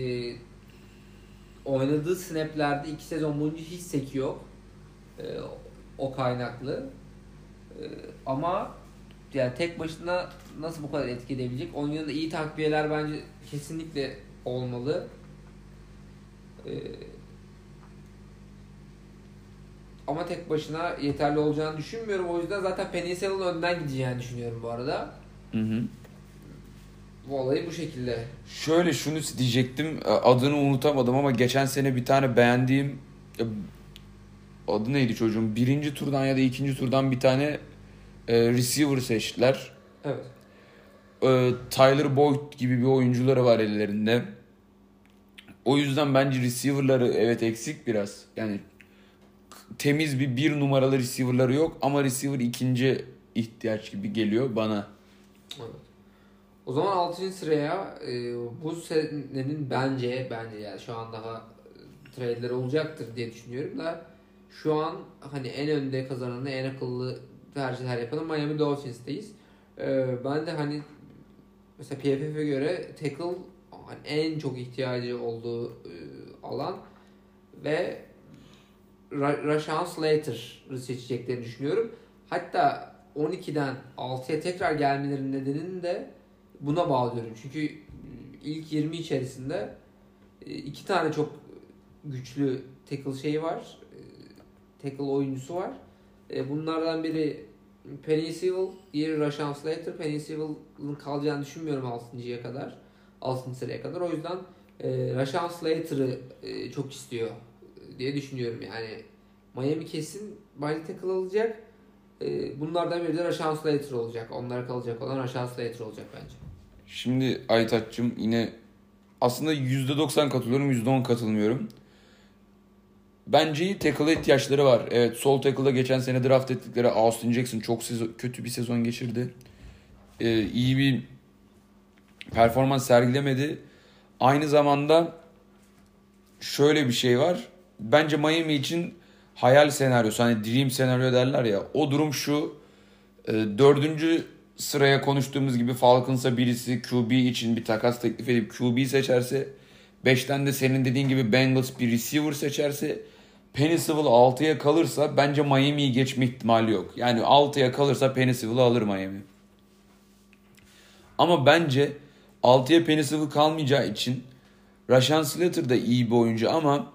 [SPEAKER 1] oynadığı snaplerde 2 sezon boyunca hiç seki yok. O kaynaklı. Ama yani tek başına nasıl bu kadar etki edebilecek? Onun yanında iyi takviyeler bence kesinlikle olmalı. Ama tek başına yeterli olacağını düşünmüyorum. O yüzden zaten Penny Sewell'ın önden gideceğini düşünüyorum bu arada.
[SPEAKER 2] Hı.
[SPEAKER 1] Bu olayı bu şekilde.
[SPEAKER 2] Şöyle şunu diyecektim. Adını unutamadım ama geçen sene bir tane beğendiğim, adı neydi çocuğun? 1. turdan ya da 2. turdan bir tane receiver seçtiler.
[SPEAKER 1] Evet.
[SPEAKER 2] Tyler Boyd gibi bir oyuncuları var ellerinde. O yüzden bence receiver'ları evet eksik biraz. Yani temiz bir numaralı receiver'ları yok ama receiver ikinci ihtiyaç gibi geliyor bana.
[SPEAKER 1] Evet. O zaman 6. sıraya bu senenin bence yani şu an daha trade'ler olacaktır diye düşünüyorum da şu an hani en önde kazananı, en akıllı tercihler yapanı Miami Dolphins'teyiz. Ben de hani mesela PFF'e göre tackle hani en çok ihtiyacı olduğu alan ve Rashawn Slater'ı seçeceklerini düşünüyorum. Hatta 12'den 6'ya tekrar gelmelerinin nedenini de buna bağlıyorum. Çünkü ilk 20 içerisinde 2 tane çok güçlü tackle şeyi var. Tackle oyuncusu var. Bunlardan biri Penny Sewell, diğeri Rashawn Slater. Penny Sewell'ın kalacağını düşünmüyorum 6.'ya kadar. 6. sıraya kadar. O yüzden Rashawn Slater'ı çok istiyor diye düşünüyorum. Yani Miami kesin bence tackle alacak. Bunlardan biri de Rashawn Slater olacak. Onlara kalacak olan Rashawn Slater olacak bence.
[SPEAKER 2] Şimdi Aytaç'cığım yine aslında %90 katılıyorum, %10 katılmıyorum. Bence tackle'a ihtiyaçları var. Evet, sol tackle'da geçen sene draft ettikleri Austin Jackson çok kötü bir sezon geçirdi. İyi bir performans sergilemedi. Aynı zamanda şöyle bir şey var. Bence Miami için hayal senaryosu, hani dream senaryo derler ya. O durum şu. 4. sıraya konuştuğumuz gibi Falcons'a birisi QB için bir takas teklif edip QB seçerse, 5'ten de senin dediğin gibi Bengals bir receiver seçerse, Penny Sewell 6'ya kalırsa bence Miami'yi geçme ihtimali yok. Yani 6'ya kalırsa Penny Sewell'ı alır Miami. Ama bence 6'ya Penny Sewell kalmayacağı için Rashawn Slater da iyi bir oyuncu ama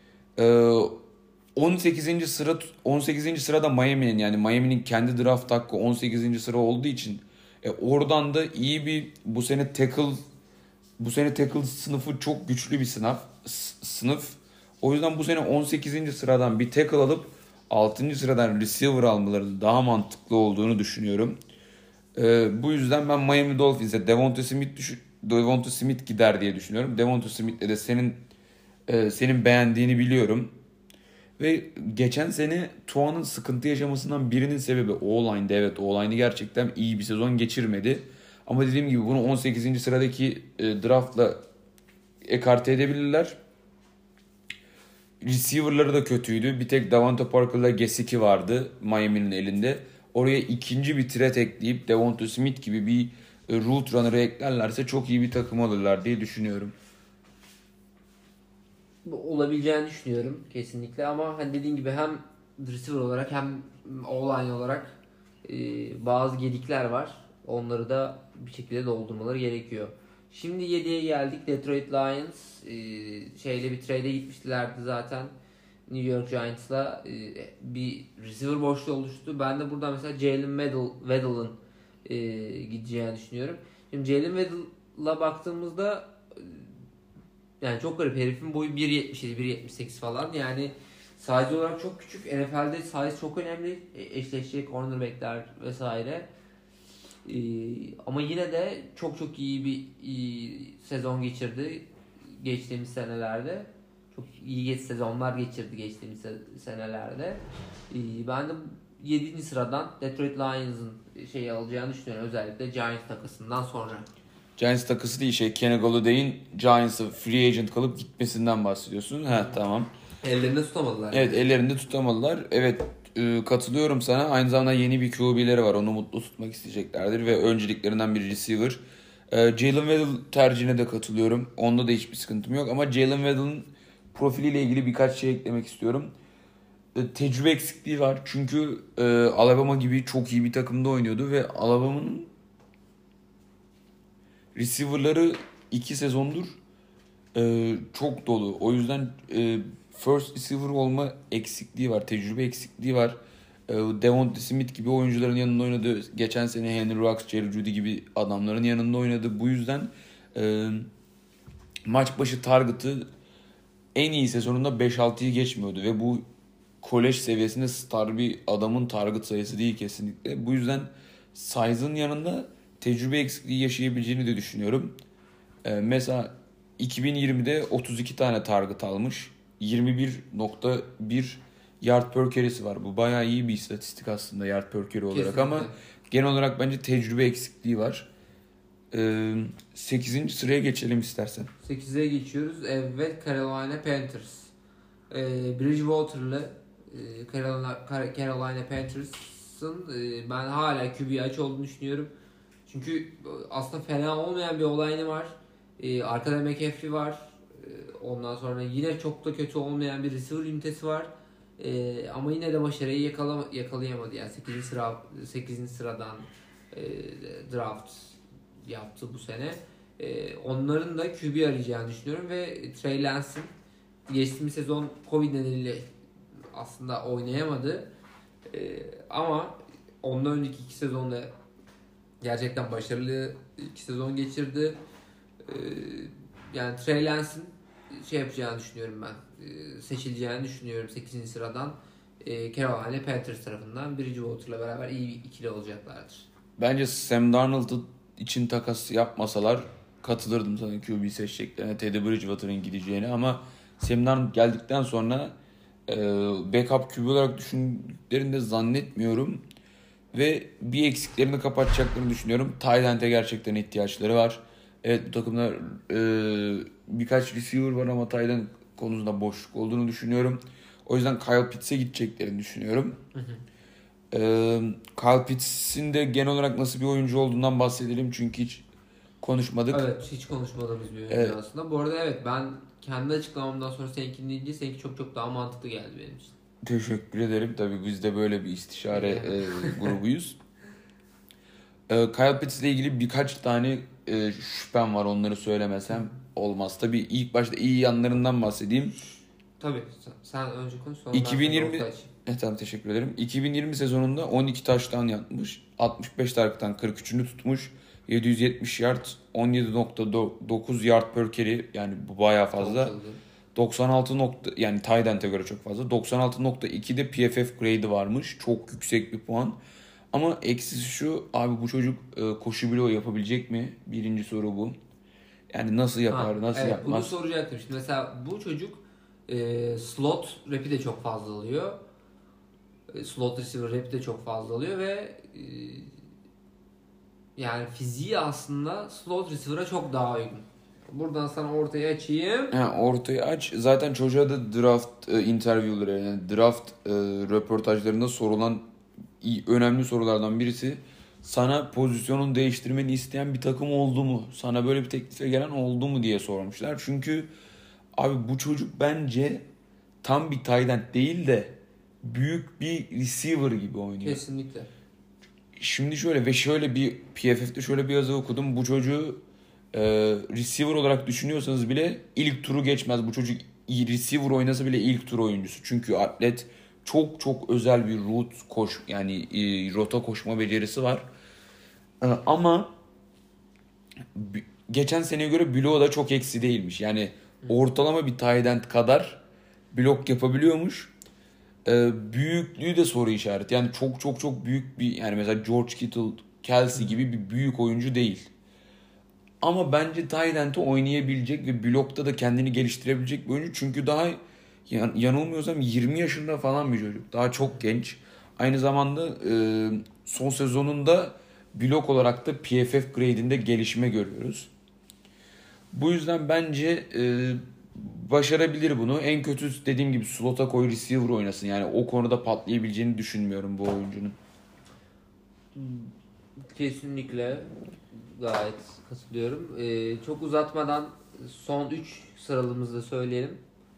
[SPEAKER 2] 18. sırada Miami'nin, yani Miami'nin kendi draft hakkı 18. sıra olduğu için oradan da iyi bir bu sene tackle sınıfı çok güçlü bir sınıf. O yüzden bu sene 18. sıradan bir tackle alıp 6. sıradan receiver almaları daha mantıklı olduğunu düşünüyorum. Bu yüzden ben Miami Dolphins'e Devonta Smith gider diye düşünüyorum. Devonta Smith'le de senin beğendiğini biliyorum. Ve geçen sene Tua'nın sıkıntı yaşamasından birinin sebebi O-line'de. Evet, O-line'i gerçekten iyi bir sezon geçirmedi. Ama dediğim gibi bunu 18. sıradaki draftla ekarte edebilirler. Receiver'ları da kötüydü. Bir tek Davante Parker'la Gesicki vardı Miami'nin elinde. Oraya ikinci bir threat ekleyip Devonta Smith gibi bir route runner'ı eklerlerse çok iyi bir takım alırlar diye düşünüyorum.
[SPEAKER 1] olabileceğini düşünüyorum kesinlikle ama hani dediğin gibi hem receiver olarak hem O-line olarak bazı gedikler var. Onları da bir şekilde doldurmaları gerekiyor. Şimdi 7'ye geldik. Detroit Lions şeyle bir trade'e gitmişlerdi zaten. New York Giants'la bir receiver boşluğu oluştu. Ben de burada mesela Jalen Waddle'ın gideceğini düşünüyorum. Şimdi Jalen Waddle'a baktığımızda yani çok garip. Herifin boyu 1.77, 1.78 falan. Yani size olarak çok küçük. NFL'de size çok önemli. Eşleşecek cornerback'ler vesaire. Ama yine de çok iyi bir sezon geçirdi geçtiğimiz senelerde. Çok iyi sezonlar geçirdi geçtiğimiz senelerde. Ben de 7. sıradan Detroit Lions'ın şeyi alacağını düşünüyorum. Özellikle Giants takasından sonra.
[SPEAKER 2] Giants takısı değil Kenny Galladay'in Giants'a free agent kalıp gitmesinden bahsediyorsun. Tamam.
[SPEAKER 1] Ellerinde tutamadılar.
[SPEAKER 2] Evet, ellerinde tutamadılar. Evet, katılıyorum sana. Aynı zamanda yeni bir QB'leri var. Onu mutlu tutmak isteyeceklerdir ve önceliklerinden bir receiver. Jalen Waddle tercihine de katılıyorum. Onda da hiçbir sıkıntım yok ama Jalen Waddle'ın profiliyle ilgili birkaç şey eklemek istiyorum. Tecrübe eksikliği var. Çünkü Alabama gibi çok iyi bir takımda oynuyordu ve Alabama'nın receiver'ları 2 sezondur çok dolu. O yüzden first receiver olma eksikliği var. Tecrübe eksikliği var. Devonta Smith gibi oyuncuların yanında oynadı. Geçen sene Henry Ruggs, Jerry Jeudy gibi adamların yanında oynadı. Bu yüzden maç başı target'ı en iyi sezonunda 5-6'yı geçmiyordu ve bu kolej seviyesinde star bir adamın target sayısı değil kesinlikle. Bu yüzden size'ın yanında tecrübe eksikliği yaşayabileceğini de düşünüyorum. Mesela 2020'de 32 tane target almış. 21.1 yard per carry'si var. Bu bayağı iyi bir istatistik aslında yard per carry olarak. Kesinlikle. Ama genel olarak bence tecrübe eksikliği var. 8. sıraya geçelim istersen.
[SPEAKER 1] 8'e geçiyoruz. Evet, Carolina Panthers. Bridgewater'lı Carolina Panthers'ın ben hala QB aç olduğunu düşünüyorum. Çünkü aslında fena olmayan bir olayını var. Arkada McCaffrey var. Ondan sonra yine çok da kötü olmayan bir receiver ünitesi var. Ama yine de başarıyı yakalayamadı. Yani 8. sıradan draft yaptı bu sene. Onların da QB arayacağını düşünüyorum ve Trey Lance'in geçtiğimiz sezon Covid nedeniyle aslında oynayamadı. Ama ondan önceki 2 sezonda gerçekten başarılı 2 sezon geçirdi. Yani Trey Lance'in yapacağını düşünüyorum ben. Seçileceğini düşünüyorum 8. sıradan. Carolina Panthers tarafından Bridgewater'la beraber iyi bir ikili olacaklardır.
[SPEAKER 2] Bence Sam Darnold için takas yapmasalar katılırdım sana QB seçeceklerine, Teddy Bridgewater'ın gideceğine ama Sam Darnold geldikten sonra backup QB olarak düşündüklerini de zannetmiyorum ve bir eksiklerini kapatacaklarını düşünüyorum. Tight end'e gerçekten ihtiyaçları var. Evet, bu takımda birkaç receiver var ama tight end konusunda boşluk olduğunu düşünüyorum. O yüzden Kyle Pitts'e gideceklerini düşünüyorum. Kyle Pitts'in de genel olarak nasıl bir oyuncu olduğundan bahsedelim çünkü hiç konuşmadık.
[SPEAKER 1] Evet, hiç konuşmadığımız bir oyuncu aslında. Bu arada evet, ben kendi açıklamamdan sonra seninkini deyince seninki çok daha mantıklı geldi benim için.
[SPEAKER 2] Teşekkür ederim. Tabii biz de böyle bir istişare grubuyuz. Kyle Pitts ile ilgili birkaç tane şüphem var, onları söylemesem olmaz. Tabii ilk başta iyi yanlarından bahsedeyim.
[SPEAKER 1] Tabii sen önce konuş sonra
[SPEAKER 2] 2020 tamam, teşekkür ederim. 2020 sezonunda 12 touchdown yapmış. 65 target'tan 43'ünü tutmuş. 770 yard, 17.9 yard per carry, yani bu bayağı fazla. 96 yani tight end'e göre çok fazla. 96.2'de PFF grade'i varmış. Çok yüksek bir puan. Ama eksisi şu abi, bu çocuk koşu bloğu yapabilecek mi? Birinci soru bu. Yani nasıl yapar, nasıl yapmaz?
[SPEAKER 1] Bunu soracaktım. Şimdi mesela bu çocuk slot rap'i de çok fazla alıyor. Slot receiver rap'i de çok fazla alıyor ve yani fiziği aslında slot receiver'a çok daha uygun. Buradan sana ortaya açayım.
[SPEAKER 2] Ortaya aç. Zaten çocuğa da draft interview'ları, yani draft röportajlarında sorulan önemli sorulardan birisi, sana pozisyonun değiştirmeni isteyen bir takım oldu mu? Sana böyle bir teklife gelen oldu mu diye sormuşlar. Çünkü Abi bu çocuk bence tam bir tight end değil de büyük bir receiver gibi oynuyor.
[SPEAKER 1] Kesinlikle.
[SPEAKER 2] Şimdi şöyle bir PFF'de şöyle bir yazı okudum. Bu çocuğu receiver olarak düşünüyorsanız bile ilk turu geçmez. Bu çocuk receiver oynasa bile ilk tur oyuncusu. Çünkü atlet çok çok özel bir rota koşma becerisi var. Ama geçen seneye göre bloğu da çok eksi değilmiş. Yani ortalama bir tight end kadar blok yapabiliyormuş. Büyüklüğü de soru işareti. Yani çok çok çok büyük bir, yani mesela George Kittle, Kelsey gibi bir büyük oyuncu değil. Ama bence tight end'e oynayabilecek ve blokta da kendini geliştirebilecek bir oyuncu. Çünkü daha yanılmıyorsam 20 yaşında falan bir çocuk. Daha çok genç. Aynı zamanda son sezonunda blok olarak da PFF grade'inde gelişme görüyoruz. Bu yüzden bence başarabilir bunu. En kötü dediğim gibi slot'a koy, receiver oynasın. Yani o konuda patlayabileceğini düşünmüyorum bu oyuncunun.
[SPEAKER 1] Kesinlikle gayet katılıyorum. Çok uzatmadan son 3 sıralımızda söyleyelim.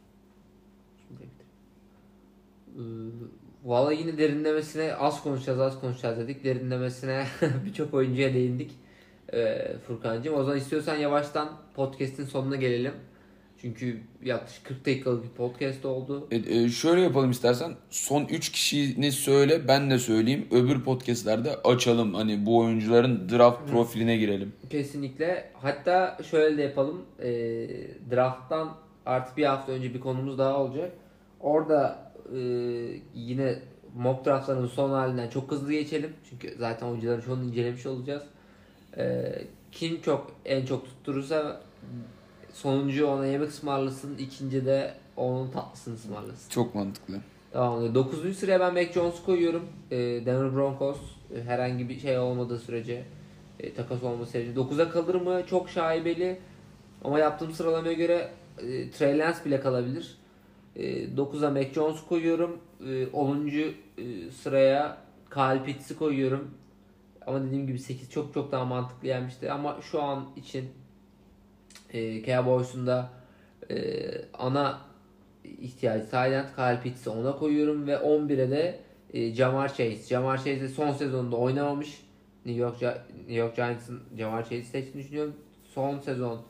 [SPEAKER 1] Valla yine derinlemesine az konuşacağız dedik. Derinlemesine birçok oyuncuya değindik. Furkancığım, o zaman istiyorsan yavaştan podcast'in sonuna gelelim. Çünkü yaklaşık 40 dakikalık bir podcast oldu.
[SPEAKER 2] Şöyle yapalım istersen. Son 3 kişini söyle, ben de söyleyeyim. Öbür podcastlerde açalım. Hani bu oyuncuların draft profiline girelim.
[SPEAKER 1] Kesinlikle. Hatta şöyle de yapalım. Draft'tan artık bir hafta önce bir konumuz daha olacak. Orada yine mock draftların son halinden çok hızlı geçelim. Çünkü zaten oyuncuların çoğunu incelemiş olacağız. Kim en çok tutturursa sonuncu ona yemek ısmarlasın, ikinci de onun tatlısını ısmarlasın.
[SPEAKER 2] Çok mantıklı.
[SPEAKER 1] Tamam. 9. sıraya ben Mac Jones'u koyuyorum. Denver Broncos herhangi bir şey olmadığı sürece, takas olması sürece 9'a kalır mı? Çok şaibeli. Ama yaptığım sıralamaya göre Trey Lance bile kalabilir. 9'a Mac Jones koyuyorum. 10. Sıraya Kyle Pitts'i koyuyorum. Ama dediğim gibi 8 çok çok daha mantıklı gelmişti. Ama şu an için Cowboys'un da ana ihtiyacı tight end Kyle Pitts'i ona koyuyorum ve 11'e de Ja'Marr Chase. Ja'Marr Chase de son sezonunda oynamamış. New York Giants'ın Ja'Marr Chase'i seçtiğini düşünüyorum. Son sezon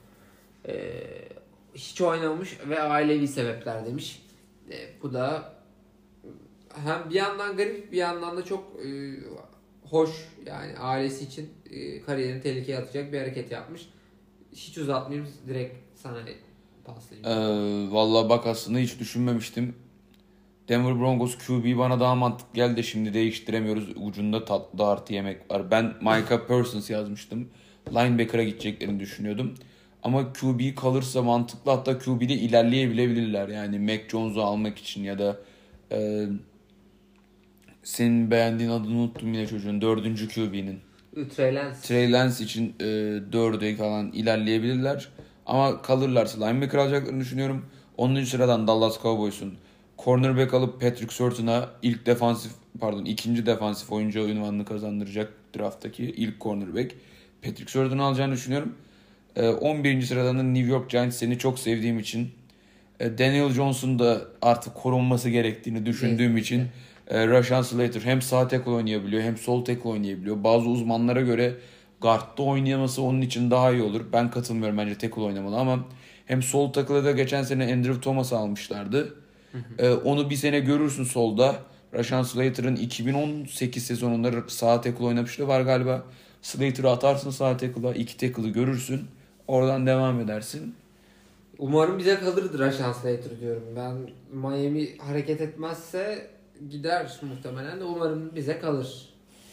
[SPEAKER 1] hiç oynamamış ve ailevi sebepler demiş. Bu da hem bir yandan garip, bir yandan da çok hoş, yani ailesi için kariyerini tehlikeye atacak bir hareket yapmış. Hiç uzatmayayım, direkt sana paslayayım.
[SPEAKER 2] Vallahi bak, aslında hiç düşünmemiştim. Denver Broncos QB bana daha mantıklı geldi. Şimdi değiştiremiyoruz. Ucunda tatlı artı yemek var. Ben Micah Parsons yazmıştım. Linebacker'a gideceklerini düşünüyordum. Ama QB kalırsa mantıklı. Hatta QB'de ilerleyebilebilirler. Yani Mac Jones'u almak için ya da senin beğendiğin adını unuttum yine çocuğun. 4. QB'nin. Trey Lance için 4'e falan ilerleyebilirler. Ama kalırlarsa linebacker alacaklarını düşünüyorum. 10. sıradan Dallas Cowboys'un cornerback alıp Patrick Surtain'a ikinci defansif oyuncu unvanını kazandıracak drafttaki ilk cornerback Patrick Surtain'ı alacağını düşünüyorum. 11. sıradan da New York Giants, seni çok sevdiğim için Daniel Jones'un da artık korunması gerektiğini düşündüğüm için Rashawn Slater hem sağ tackle oynayabiliyor hem sol tackle oynayabiliyor. Bazı uzmanlara göre guard'da oynaması onun için daha iyi olur. Ben katılmıyorum, bence tackle oynamalı ama hem sol tackle'a da geçen sene Andrew Thomas'ı almışlardı. Onu bir sene görürsün solda. Rashawn Slater'ın 2018 sezonunda sağ tackle oynamışlığı var galiba. Slater'ı atarsın sağ tackle'a, 2 tackle'ı görürsün. Oradan devam edersin.
[SPEAKER 1] Umarım bize kalırdır Rashawn Slater diyorum. Ben Miami hareket etmezse gider muhtemelen de, umarım bize kalır.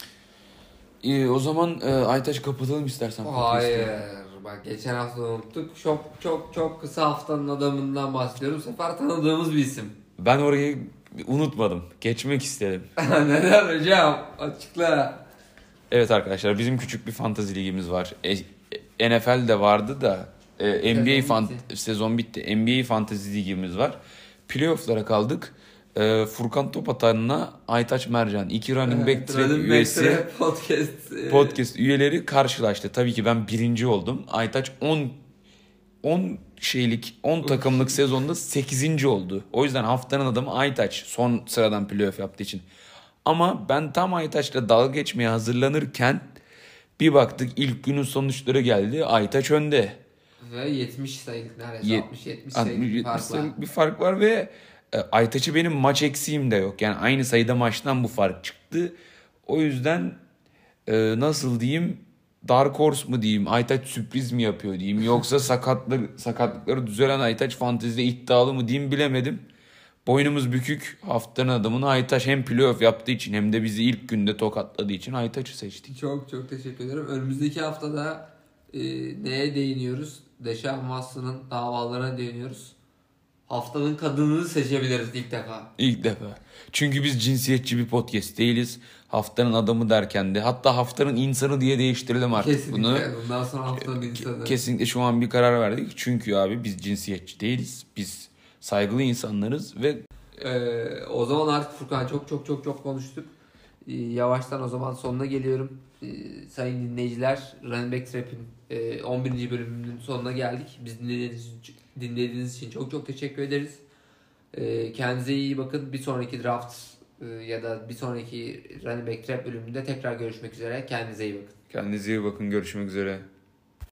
[SPEAKER 2] O zaman Aytaç kapatalım istersen.
[SPEAKER 1] Hayır. Bak, geçen hafta unuttuk. Çok kısa haftanın adamından bahsediyorum. Bu sefer tanıdığımız bir isim.
[SPEAKER 2] Ben orayı unutmadım. Geçmek istedim.
[SPEAKER 1] Neden hocam? Açıkla.
[SPEAKER 2] Evet arkadaşlar, bizim küçük bir fantasy ligimiz var. NFL'de vardı da sezon bitti. NBA fantasy ligimiz var. Playoff'lara kaldık. Furkan Topatan'la Aytaç Mercan, 2 running back track üyesi podcast üyeleri karşılaştı. Tabii ki ben birinci oldum. Aytaç 10 takımlık sezonda 8. oldu. O yüzden haftanın adamı Aytaç son sıradan playoff yaptığı için. Ama ben tam Aytaç'la dalga geçmeye hazırlanırken bir baktık ilk günün sonuçları geldi. Aytaç önde.
[SPEAKER 1] Ve 70 sayılık neredeyse 60-70 sayılık bir fark var.
[SPEAKER 2] sayılık bir fark var ve Aytaç'ı benim maç eksiğim de yok. Yani aynı sayıda maçtan bu fark çıktı. O yüzden nasıl diyeyim, Dark Horse mu diyeyim, Aytaç sürpriz mi yapıyor diyeyim, yoksa sakatlıkları düzelen Aytaç fantezide iddialı mı diyeyim, bilemedim. Boynumuz bükük, haftanın adamını Aytaç hem playoff yaptığı için hem de bizi ilk günde tokatladığı için Aytaç'ı seçtik.
[SPEAKER 1] Çok çok teşekkür ederim. Önümüzdeki haftada neye değiniyoruz? Deshaun Watson'ın davalarına değiniyoruz. Haftanın kadınını seçebiliriz ilk defa.
[SPEAKER 2] İlk defa. Çünkü biz cinsiyetçi bir podcast değiliz. Haftanın adamı derken de, hatta haftanın insanı diye değiştirelim artık
[SPEAKER 1] Kesinlikle.
[SPEAKER 2] bunu.
[SPEAKER 1] Bundan sonra haftanın insanı.
[SPEAKER 2] Kesinlikle şu an bir karar verdik. Çünkü abi biz cinsiyetçi değiliz. Biz saygılı insanlarız ve
[SPEAKER 1] O zaman artık Furkan çok konuştuk. Yavaştan o zaman sonuna geliyorum. Sayın dinleyiciler, Running Back Trap'in 11. bölümünün sonuna geldik. Biz dinlediğiniz için çok teşekkür ederiz. Kendinize iyi bakın. Bir sonraki draft ya da bir sonraki Running Back Trap bölümünde tekrar görüşmek üzere. Kendinize iyi bakın.
[SPEAKER 2] kendinize iyi bakın. Görüşmek üzere.